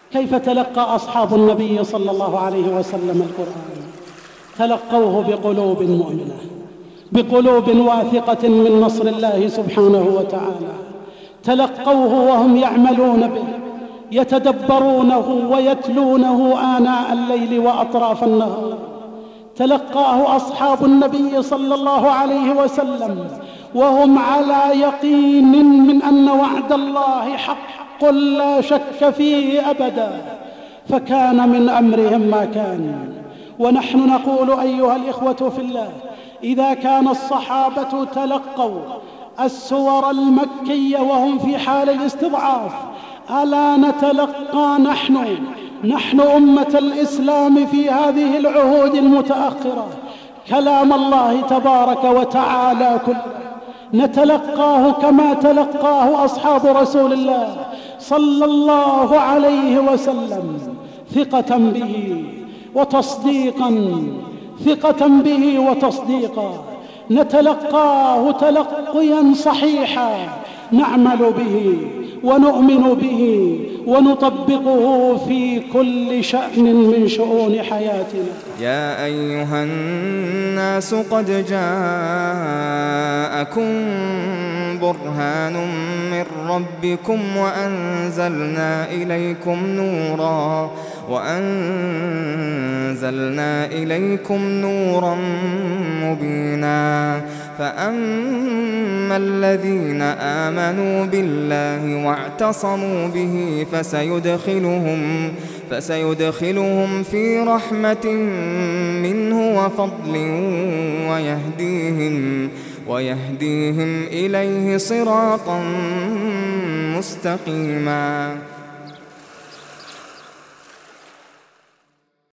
كيف تلقى أصحاب النبي صلى الله عليه وسلم القرآن؟ تلقوه بقلوب مؤمنة، بقلوب واثقة من نصر الله سبحانه وتعالى. تلقوه وهم يعملون به، يتدبرونه ويتلونه آناء الليل وأطراف النهار. تلقاه أصحاب النبي صلى الله عليه وسلم وهم على يقين من أن وعد الله حق لا شك فيه أبدا، فكان من أمرهم ما كان. ونحن نقول أيها الإخوة في الله، إذا كان الصحابة تلقوا السور المكية وهم في حال الاستضعاف، ألا نتلقى نحن أمة الإسلام في هذه العهود المتأخرة كلام الله تبارك وتعالى كله؟ نتلقاه كما تلقاه أصحاب رسول الله صلى الله عليه وسلم، ثقة به وتصديقا، ثقة به وتصديقا. نتلقاه تلقيا صحيحا، نعمل به ونؤمن به ونطبقه في كل شأن من شؤون حياتنا. يا أيها الناس قد جاءكم برهان من ربكم وأنزلنا إليكم نورا مبينا. فأما الذين آمنوا بالله واعتصموا به فسيدخلهم في رحمة منه وفضل ويهديهم إليه صراطا مستقيما.